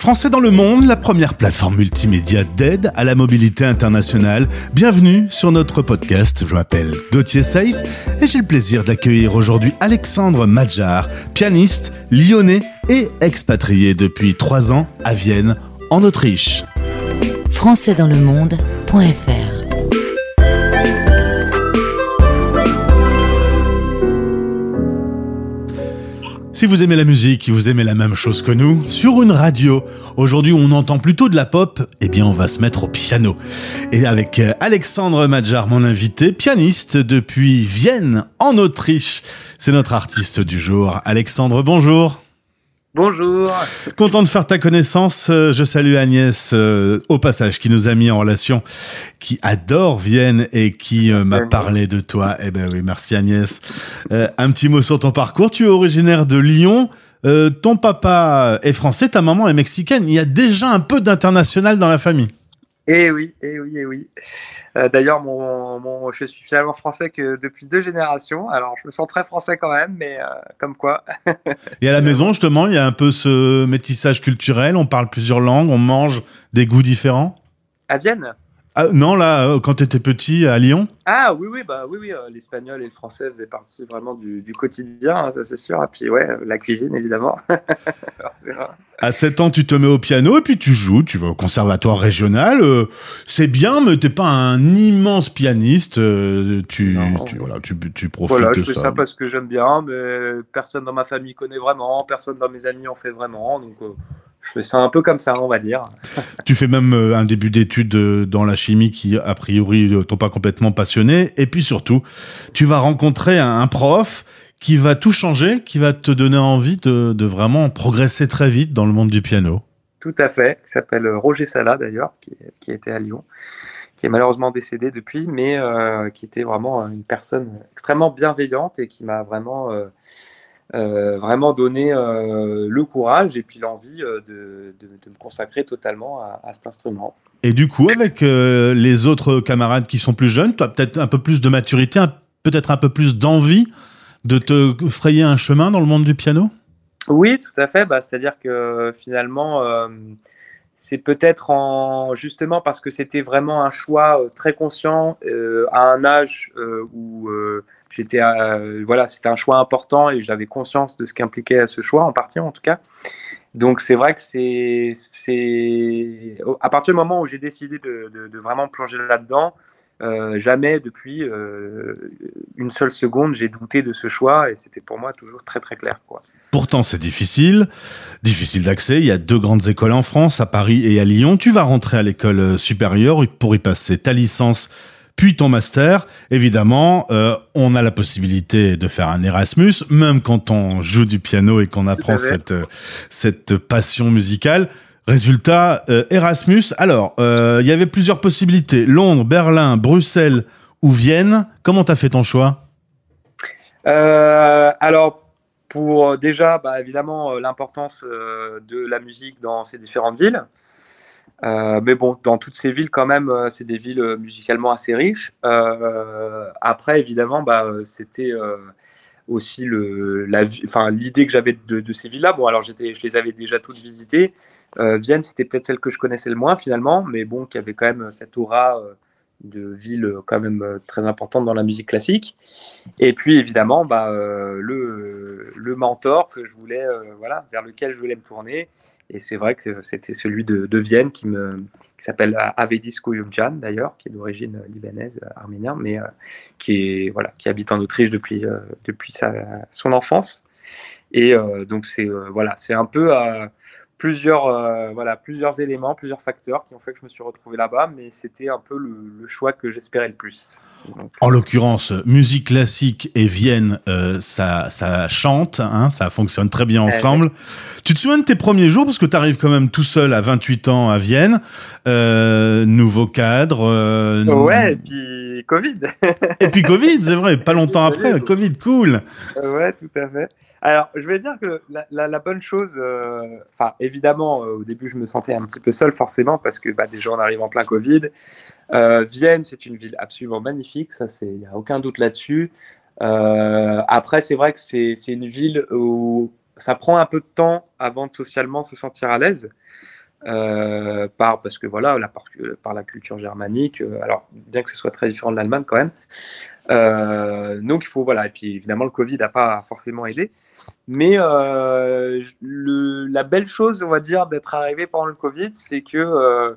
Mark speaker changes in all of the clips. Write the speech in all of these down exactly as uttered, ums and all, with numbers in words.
Speaker 1: Français dans le monde, la première plateforme multimédia d'aide à la mobilité internationale. Bienvenue sur notre podcast. Je m'appelle Gauthier Seiss et j'ai le plaisir d'accueillir aujourd'hui Alexandre Madjar, pianiste, lyonnais et expatrié depuis trois ans à Vienne, en Autriche.
Speaker 2: français dans le monde point f r
Speaker 1: Si vous aimez la musique, si vous aimez la même chose que nous, sur une radio, aujourd'hui on entend plutôt de la pop, eh bien on va se mettre au piano. Et avec Alexandre Madjar, mon invité, pianiste depuis Vienne, en Autriche, c'est notre artiste du jour. Alexandre, bonjour.
Speaker 3: Bonjour.
Speaker 1: Content de faire ta connaissance. Je salue Agnès, euh, au passage, qui nous a mis en relation, qui adore Vienne et qui euh, m'a parlé de toi. Eh ben oui, merci Agnès. Euh, un petit mot sur ton parcours. Tu es originaire de Lyon. Euh, ton papa est français, ta maman est mexicaine. Il y a déjà un peu d'international dans la famille.
Speaker 3: Eh oui, eh oui, eh oui. Euh, d'ailleurs, mon, mon, je suis finalement français que depuis deux générations. Alors, je me sens très français quand même, mais euh, comme quoi.
Speaker 1: Et à la maison, justement, il y a un peu ce métissage culturel. On parle plusieurs langues, on mange des goûts différents.
Speaker 3: À Vienne ?
Speaker 1: Ah, non, là, quand tu étais petit, à Lyon.
Speaker 3: Ah oui, oui, bah oui, oui. Euh, l'espagnol et le français faisaient partie vraiment du, du quotidien, hein, ça c'est sûr. Et puis ouais, la cuisine évidemment. C'est vrai.
Speaker 1: À sept ans, tu te mets au piano et puis tu joues. Tu vas au conservatoire régional. Euh, c'est bien, mais t'es pas un immense pianiste. Euh, tu, tu, voilà, tu, tu profites
Speaker 3: voilà,
Speaker 1: de ça.
Speaker 3: Je fais ça parce que j'aime bien, mais personne dans ma famille connaît vraiment, personne dans mes amis en fait vraiment, donc. Euh... Je fais ça un peu comme ça, on va dire.
Speaker 1: Tu fais même un début d'études dans la chimie qui, a priori, t'ont pas complètement passionné. Et puis surtout, tu vas rencontrer un prof qui va tout changer, qui va te donner envie de, de vraiment progresser très vite dans le monde du piano.
Speaker 3: Tout à fait, qui s'appelle Roger Sala d'ailleurs, qui, qui était à Lyon, qui est malheureusement décédé depuis, mais euh, qui était vraiment une personne extrêmement bienveillante et qui m'a vraiment... Euh, Euh, vraiment donner euh, le courage et puis l'envie euh, de, de, de me consacrer totalement à, à cet instrument.
Speaker 1: Et du coup, avec euh, les autres camarades qui sont plus jeunes, tu as peut-être un peu plus de maturité, un, peut-être un peu plus d'envie de te frayer un chemin dans le monde du piano ?
Speaker 3: Oui, tout à fait. Bah, c'est-à-dire que finalement, euh, c'est peut-être en, justement parce que c'était vraiment un choix euh, très conscient euh, à un âge euh, où... Euh, J'étais, euh, voilà, c'était un choix important et j'avais conscience de ce qu'impliquait ce choix, en partie en tout cas. Donc c'est vrai que c'est, c'est... à partir du moment où j'ai décidé de, de, de vraiment plonger là-dedans, euh, jamais depuis euh, une seule seconde j'ai douté de ce choix et c'était pour moi toujours très très clair, quoi.
Speaker 1: Pourtant c'est difficile, difficile d'accès. Il y a deux grandes écoles en France, à Paris et à Lyon. Tu vas rentrer à l'école supérieure pour y passer ta licence puis ton master. Évidemment, euh, on a la possibilité de faire un Erasmus, même quand on joue du piano et qu'on apprend cette, cette passion musicale. Résultat, euh, Erasmus. Alors, il euh, y avait plusieurs possibilités. Londres, Berlin, Bruxelles ou Vienne. Comment t'as fait ton choix ?
Speaker 3: euh, Alors, pour déjà, bah, évidemment, euh, l'importance euh, de la musique dans ces différentes villes. Euh, mais bon, dans toutes ces villes, quand même, euh, c'est des villes euh, musicalement assez riches. Euh, après, évidemment, bah, c'était euh, aussi le, la, enfin, l'idée que j'avais de, de ces villes-là. Bon, alors, j'étais, je les avais déjà toutes visitées. Euh, Vienne, c'était peut-être celle que je connaissais le moins, finalement, mais bon, qui avait quand même cette aura euh, de ville euh, quand même euh, très importante dans la musique classique. Et puis, évidemment, bah, euh, le, le mentor que je voulais, euh, voilà, vers lequel je voulais me tourner. Et c'est vrai que c'était celui de, de Vienne qui, me, qui s'appelle Avedis Kuyumjan, d'ailleurs, qui est d'origine libanaise, arménien, mais euh, qui, est, voilà, qui habite en Autriche depuis, euh, depuis sa, son enfance. Et euh, donc, c'est, euh, voilà, c'est un peu euh, plusieurs, euh, voilà, plusieurs éléments, plusieurs facteurs qui ont fait que je me suis retrouvé là-bas, mais c'était un peu le, le choix que j'espérais le plus. Donc,
Speaker 1: en l'occurrence, musique classique et Vienne, euh, ça, ça chante, hein, ça fonctionne très bien ensemble. Euh, tu te souviens de tes premiers jours, parce que tu arrives quand même tout seul à vingt-huit ans à Vienne, euh, nouveau cadre. Euh,
Speaker 3: ouais, et puis Covid.
Speaker 1: Et puis Covid, c'est vrai, pas longtemps après, Covid, cool.
Speaker 3: Ouais, tout à fait. Alors, je vais dire que la, la, la bonne chose, enfin, euh, évidemment, euh, au début, je me sentais un petit peu seul, forcément, parce que bah, déjà, on arrive en plein Covid. Euh, Vienne, c'est une ville absolument magnifique, ça, il n'y a aucun doute là-dessus. Euh, après, c'est vrai que c'est une ville où ça prend un peu de temps avant de socialement se sentir à l'aise. euh, par, parce que voilà, la, par, par la culture germanique, euh, alors bien que ce soit très différent de l'Allemagne quand même. Euh, donc il faut, voilà, et puis évidemment le Covid n'a pas forcément aidé. Mais euh, le, la belle chose, on va dire, d'être arrivé pendant le Covid, c'est que euh,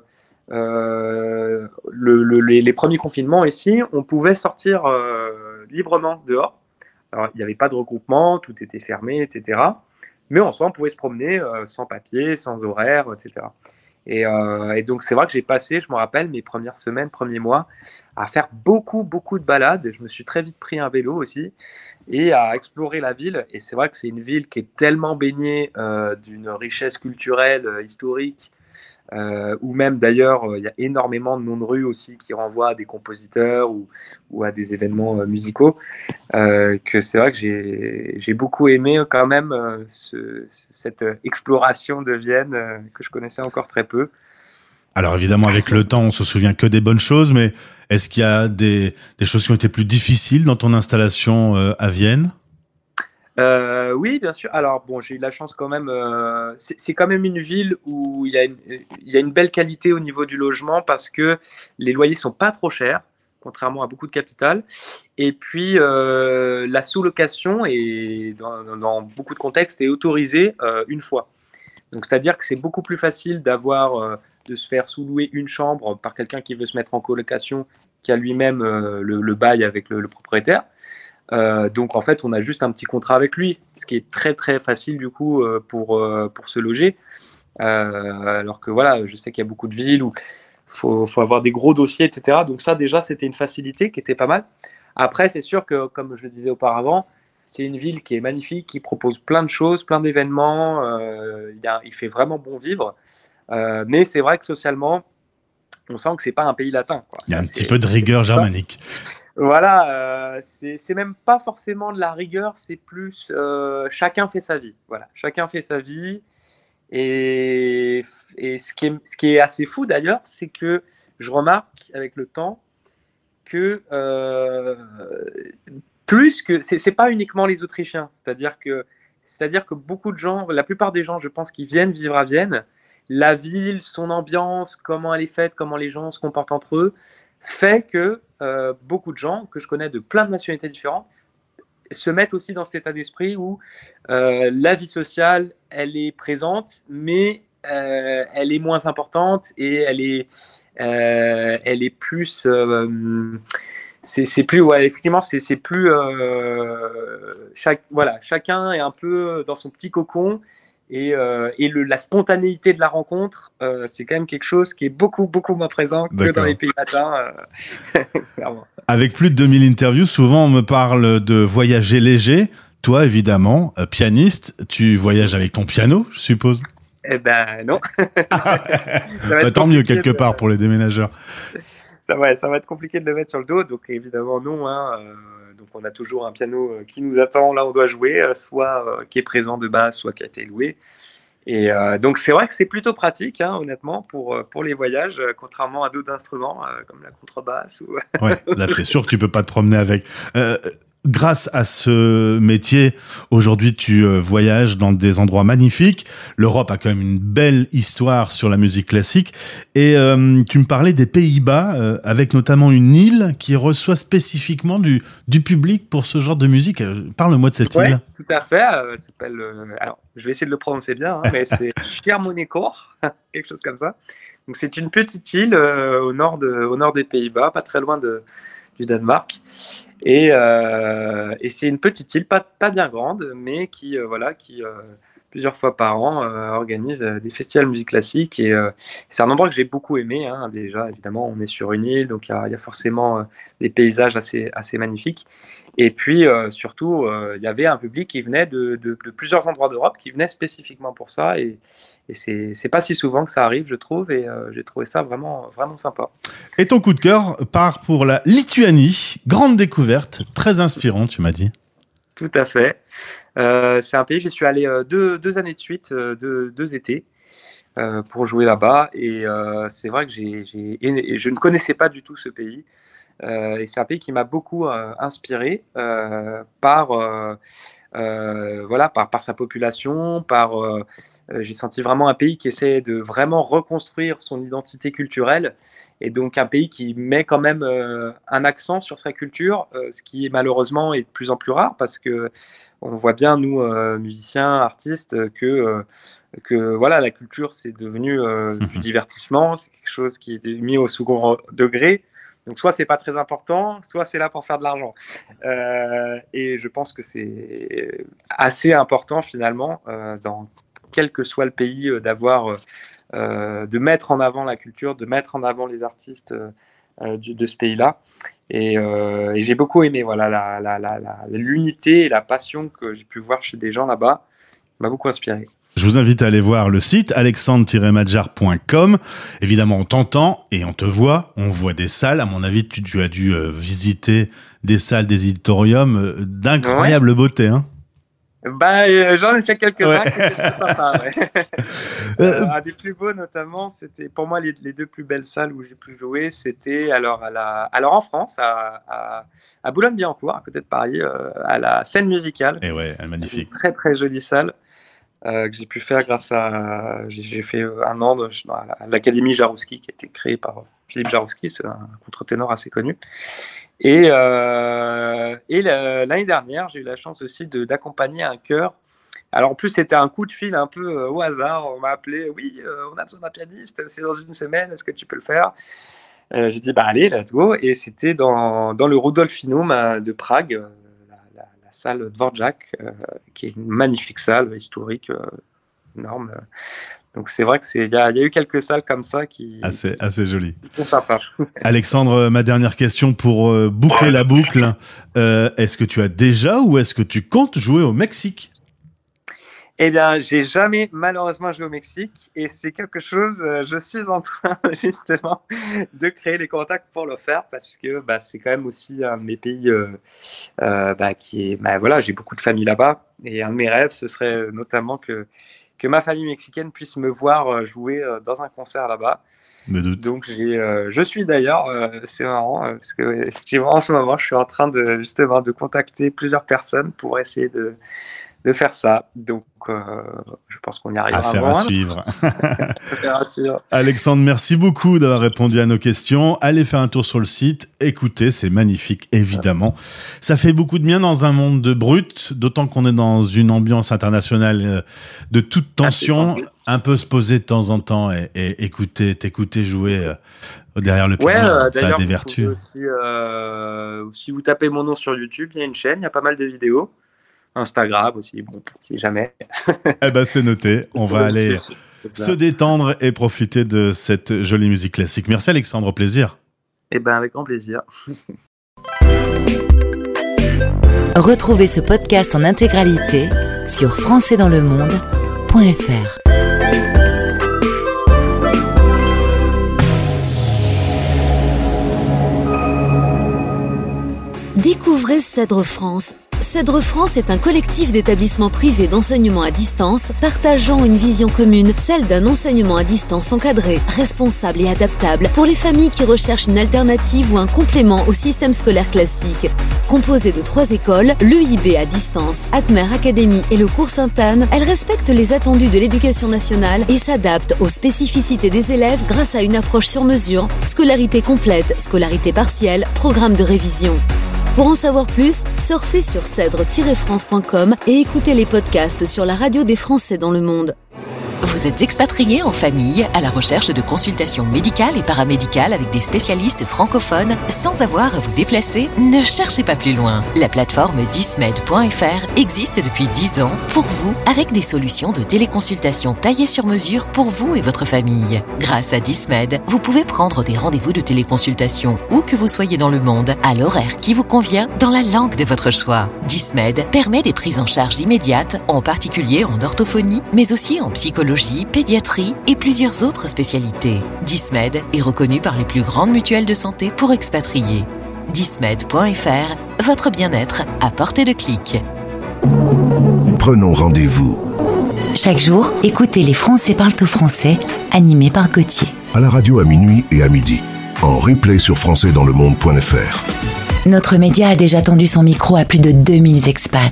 Speaker 3: euh, le, le, les, les premiers confinements ici, on pouvait sortir euh, librement dehors. Alors, il n'y avait pas de regroupement, tout était fermé, et cetera. Mais en soi, on pouvait se promener euh, sans papier, sans horaire, et cetera. Et, euh, et donc, c'est vrai que j'ai passé, je me rappelle, mes premières semaines, premiers mois, à faire beaucoup, beaucoup de balades. Je me suis très vite pris un vélo aussi et à explorer la ville. Et c'est vrai que c'est une ville qui est tellement baignée euh, d'une richesse culturelle, euh, historique, euh, ou même d'ailleurs, il euh, y a énormément de noms de rues aussi qui renvoient à des compositeurs ou, ou à des événements euh, musicaux, euh, que c'est vrai que j'ai, j'ai beaucoup aimé quand même euh, ce, cette exploration de Vienne euh, que je connaissais encore très peu.
Speaker 1: Alors évidemment, avec le temps, on se souvient que des bonnes choses, mais est-ce qu'il y a des, des choses qui ont été plus difficiles dans ton installation euh, à Vienne ?
Speaker 3: Euh, oui, bien sûr. Alors bon, j'ai eu la chance quand même. Euh, c'est, c'est quand même une ville où il y a une, il y a une belle qualité au niveau du logement parce que les loyers sont pas trop chers, contrairement à beaucoup de capitales. Et puis euh, la sous-location est dans, dans beaucoup de contextes est autorisée euh, une fois. Donc c'est-à-dire que c'est beaucoup plus facile d'avoir euh, de se faire sous-louer une chambre par quelqu'un qui veut se mettre en colocation qu'à lui-même euh, le, le bail avec le, le propriétaire. Euh, donc en fait, on a juste un petit contrat avec lui, ce qui est très très facile du coup euh, pour, euh, pour se loger. Euh, alors que voilà, je sais qu'il y a beaucoup de villes où il faut, faut avoir des gros dossiers, et cetera. Donc ça déjà, c'était une facilité qui était pas mal. Après, c'est sûr que, comme je le disais auparavant, c'est une ville qui est magnifique, qui propose plein de choses, plein d'événements. Euh, il, y a, il fait vraiment bon vivre. Euh, mais c'est vrai que socialement, on sent que c'est pas un pays latin, quoi.
Speaker 1: Il y a un
Speaker 3: c'est,
Speaker 1: petit peu de rigueur germanique.
Speaker 3: Voilà, euh, c'est, c'est même pas forcément de la rigueur, c'est plus euh, chacun fait sa vie. Voilà, chacun fait sa vie. Et, et ce, qui est, ce qui est assez fou d'ailleurs, c'est que je remarque avec le temps que euh, plus que c'est, c'est pas uniquement les Autrichiens, c'est-à-dire que c'est-à-dire que beaucoup de gens, la plupart des gens, je pense, qui viennent vivre à Vienne, la ville, son ambiance, comment elle est faite, comment les gens se comportent entre eux, fait que euh, beaucoup de gens que je connais de plein de nationalités différentes se mettent aussi dans cet état d'esprit où euh, la vie sociale, elle est présente, mais euh, elle est moins importante et elle est, euh, elle est plus... Euh, c'est, c'est plus... Ouais, effectivement, c'est, c'est plus... Euh, chaque, voilà, chacun est un peu dans son petit cocon. Et, euh, et le, la spontanéité de la rencontre, euh, c'est quand même quelque chose qui est beaucoup, beaucoup moins présent que D'accord. dans les pays latins. Euh, clairement.
Speaker 1: Avec plus de deux mille interviews, souvent on me parle de voyager léger. Toi, évidemment, euh, pianiste, tu voyages avec ton piano, je suppose ?
Speaker 3: Eh ben non.
Speaker 1: bah, tant mieux, quelque de... part, pour les déménageurs.
Speaker 3: Ça, ouais, ça va être compliqué de le mettre sur le dos, donc évidemment non. Hein, euh... Donc on a toujours un piano qui nous attend, là on doit jouer, soit euh, qui est présent de base, soit qui a été loué. Et euh, donc c'est vrai que c'est plutôt pratique, hein, honnêtement, pour, pour les voyages, euh, contrairement à d'autres instruments, euh, comme la contrebasse. Ou...
Speaker 1: ouais, là t'es sûr que tu peux pas te promener avec. Euh, grâce à ce métier, aujourd'hui tu euh, voyages dans des endroits magnifiques. L'Europe a quand même une belle histoire sur la musique classique. Et euh, tu me parlais des Pays-Bas, euh, avec notamment une île qui reçoit spécifiquement du, du public pour ce genre de musique. Parle-moi de cette
Speaker 3: ouais,
Speaker 1: île.
Speaker 3: Tout à fait. Euh, elle s'appelle, euh, alors, je vais essayer de le prononcer bien, hein, mais c'est Schiermonnikoog, quelque chose comme ça. Donc c'est une petite île euh, au, nord de, au nord des Pays-Bas, pas très loin de, du Danemark. Et, euh, et c'est une petite île, pas, pas bien grande, mais qui, euh, voilà, qui euh, plusieurs fois par an, euh, organise euh, des festivals de musique classique. Et euh, c'est un endroit que j'ai beaucoup aimé. Hein. Déjà, évidemment, on est sur une île, donc il y, y a forcément euh, des paysages assez, assez magnifiques. Et puis, euh, surtout, il euh, y avait un public qui venait de, de, de plusieurs endroits d'Europe, qui venait spécifiquement pour ça. Et, et c'est, c'est pas si souvent que ça arrive, je trouve. Et euh, j'ai trouvé ça vraiment, vraiment sympa.
Speaker 1: Et ton coup de cœur part pour la Lituanie. Grande découverte, très inspirante, tu m'as dit.
Speaker 3: Tout à fait. Euh, c'est un pays, j'y suis allé euh, deux, deux années de suite, euh, deux, deux étés, euh, pour jouer là-bas. Et euh, c'est vrai que j'ai, j'ai, et je ne connaissais pas du tout ce pays. Euh, et c'est un pays qui m'a beaucoup euh, inspiré euh, par, euh, euh, voilà, par, par sa population, par, euh, euh, j'ai senti vraiment un pays qui essaie de vraiment reconstruire son identité culturelle, et donc un pays qui met quand même euh, un accent sur sa culture, euh, ce qui est malheureusement est de plus en plus rare, parce que on voit bien, nous, euh, musiciens, artistes, que, euh, que voilà, la culture, c'est devenu euh, du divertissement, c'est quelque chose qui est mis au second degré. Donc soit c'est pas très important, soit c'est là pour faire de l'argent. Euh, et je pense que c'est assez important finalement, euh, dans quel que soit le pays, euh, d'avoir, euh, de mettre en avant la culture, de mettre en avant les artistes euh, de, de ce pays-là. Et, euh, et j'ai beaucoup aimé voilà, la, la, la, la, l'unité et la passion que j'ai pu voir chez des gens là-bas. Ça m'a beaucoup inspiré.
Speaker 1: Je vous invite à aller voir le site alexandre tiret madjar point com. Évidemment, on t'entend et on te voit. On voit des salles. À mon avis, tu, tu as dû euh, visiter des salles, des auditoriums euh, d'incroyable ouais. beauté. Hein.
Speaker 3: Bah, euh, j'en ai fait quelques-uns ouais. qui étaient sympas. Ouais. euh, un des plus beaux, notamment, c'était pour moi les, les deux plus belles salles où j'ai pu jouer. C'était alors, à la, alors en France, à, à, à Boulogne-Billancourt, à côté de Paris, euh, à la Scène Musicale.
Speaker 1: Et ouais, elle est magnifique.
Speaker 3: Une très très jolie salle. Euh, que j'ai pu faire grâce à... J'ai, j'ai fait un an de, à l'Académie Jarouski, qui a été créée par Philippe Jarouski, c'est un contre-ténor assez connu. Et, euh, et l'année dernière, j'ai eu la chance aussi de, d'accompagner un chœur. Alors en plus, c'était un coup de fil un peu euh, au hasard. On m'a appelé, oui, euh, on a besoin d'un pianiste, c'est dans une semaine, est-ce que tu peux le faire ? euh, J'ai dit, bah allez, let's go. Et c'était dans, dans le Rudolfinum euh, de Prague, euh, salle Dvorak, euh, qui est une magnifique salle historique, euh, énorme. Donc c'est vrai que c'est, il y, y a eu quelques salles comme ça qui
Speaker 1: assez assez jolies.
Speaker 3: Qui sont sympas.
Speaker 1: Alexandre, ma dernière question pour euh, boucler la boucle. Euh, est-ce que tu as déjà ou est-ce que tu comptes jouer au Mexique ?
Speaker 3: Eh bien, j'ai jamais malheureusement joué au Mexique, et c'est quelque chose, euh, je suis en train justement de créer les contacts pour le faire, parce que bah, c'est quand même aussi un de mes pays euh, euh, bah, qui est, bah, voilà, j'ai beaucoup de famille là-bas, et un de mes rêves, ce serait notamment que, que ma famille mexicaine puisse me voir jouer euh, dans un concert là-bas.
Speaker 1: Me doute.
Speaker 3: Donc j'ai, euh, je suis d'ailleurs, euh, c'est marrant, euh, parce que en ce moment, je suis en train de justement de contacter plusieurs personnes pour essayer de de faire ça. Donc, euh, je pense qu'on y arrivera.
Speaker 1: Affaire à suivre.
Speaker 3: Affaire à suivre.
Speaker 1: Alexandre, merci beaucoup d'avoir répondu à nos questions. Allez faire un tour sur le site. Écoutez, c'est magnifique, évidemment. Ça fait beaucoup de bien dans un monde de brut, d'autant qu'on est dans une ambiance internationale de toute tension. Un peu se poser de temps en temps et, et écouter, t'écouter jouer euh, derrière le piano. Ouais, euh, ça a des vertus.
Speaker 3: Aussi, euh, si vous tapez mon nom sur YouTube, il y a une chaîne, il y a pas mal de vidéos. Instagram aussi, bon, si jamais.
Speaker 1: Eh ben, c'est noté. On va aller se détendre et profiter de cette jolie musique classique. Merci Alexandre, au plaisir.
Speaker 3: Eh ben, avec grand plaisir.
Speaker 2: Retrouvez ce podcast en intégralité sur français dans le monde point f r.
Speaker 4: Découvrez Cèdre France. Cèdre France est un collectif d'établissements privés d'enseignement à distance partageant une vision commune, celle d'un enseignement à distance encadré, responsable et adaptable pour les familles qui recherchent une alternative ou un complément au système scolaire classique. Composée de trois écoles, l'U I B à distance, Admer Academy et le cours Sainte-Anne, elle respecte les attendus de l'éducation nationale et s'adapte aux spécificités des élèves grâce à une approche sur mesure, scolarité complète, scolarité partielle, programme de révision. Pour en savoir plus, surfez sur cèdre tiret france point com et écoutez les podcasts sur la radio des Français dans le monde.
Speaker 5: Vous êtes expatrié en famille à la recherche de consultations médicales et paramédicales avec des spécialistes francophones sans avoir à vous déplacer? Ne cherchez pas plus loin. La plateforme dismed point f r existe depuis dix ans pour vous avec des solutions de téléconsultation taillées sur mesure pour vous et votre famille. Grâce à Dismed, vous pouvez prendre des rendez-vous de téléconsultation où que vous soyez dans le monde à l'horaire qui vous convient dans la langue de votre choix. Dismed permet des prises en charge immédiates, en particulier en orthophonie, mais aussi en psychologie, pédiatrie et plusieurs autres spécialités. Dismed est reconnu par les plus grandes mutuelles de santé pour expatriés. dismed point f r, votre bien-être à portée de clic.
Speaker 6: Prenons rendez-vous.
Speaker 2: Chaque jour, écoutez Les Français parlent au français, animé par Gauthier.
Speaker 6: À la radio à minuit et à midi. En replay sur français dans le monde point f r.
Speaker 2: Notre média a déjà tendu son micro à plus de deux mille expats.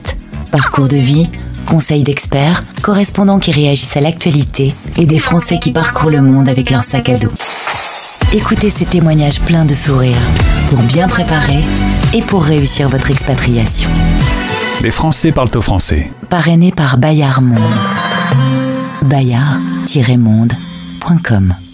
Speaker 2: Parcours de vie, conseils d'experts, correspondants qui réagissent à l'actualité et des Français qui parcourent le monde avec leur sac à dos. Écoutez ces témoignages pleins de sourires pour bien préparer et pour réussir votre expatriation.
Speaker 7: Les Français parlent au français.
Speaker 2: Parrainé par Bayard Monde. bayard tiret monde point com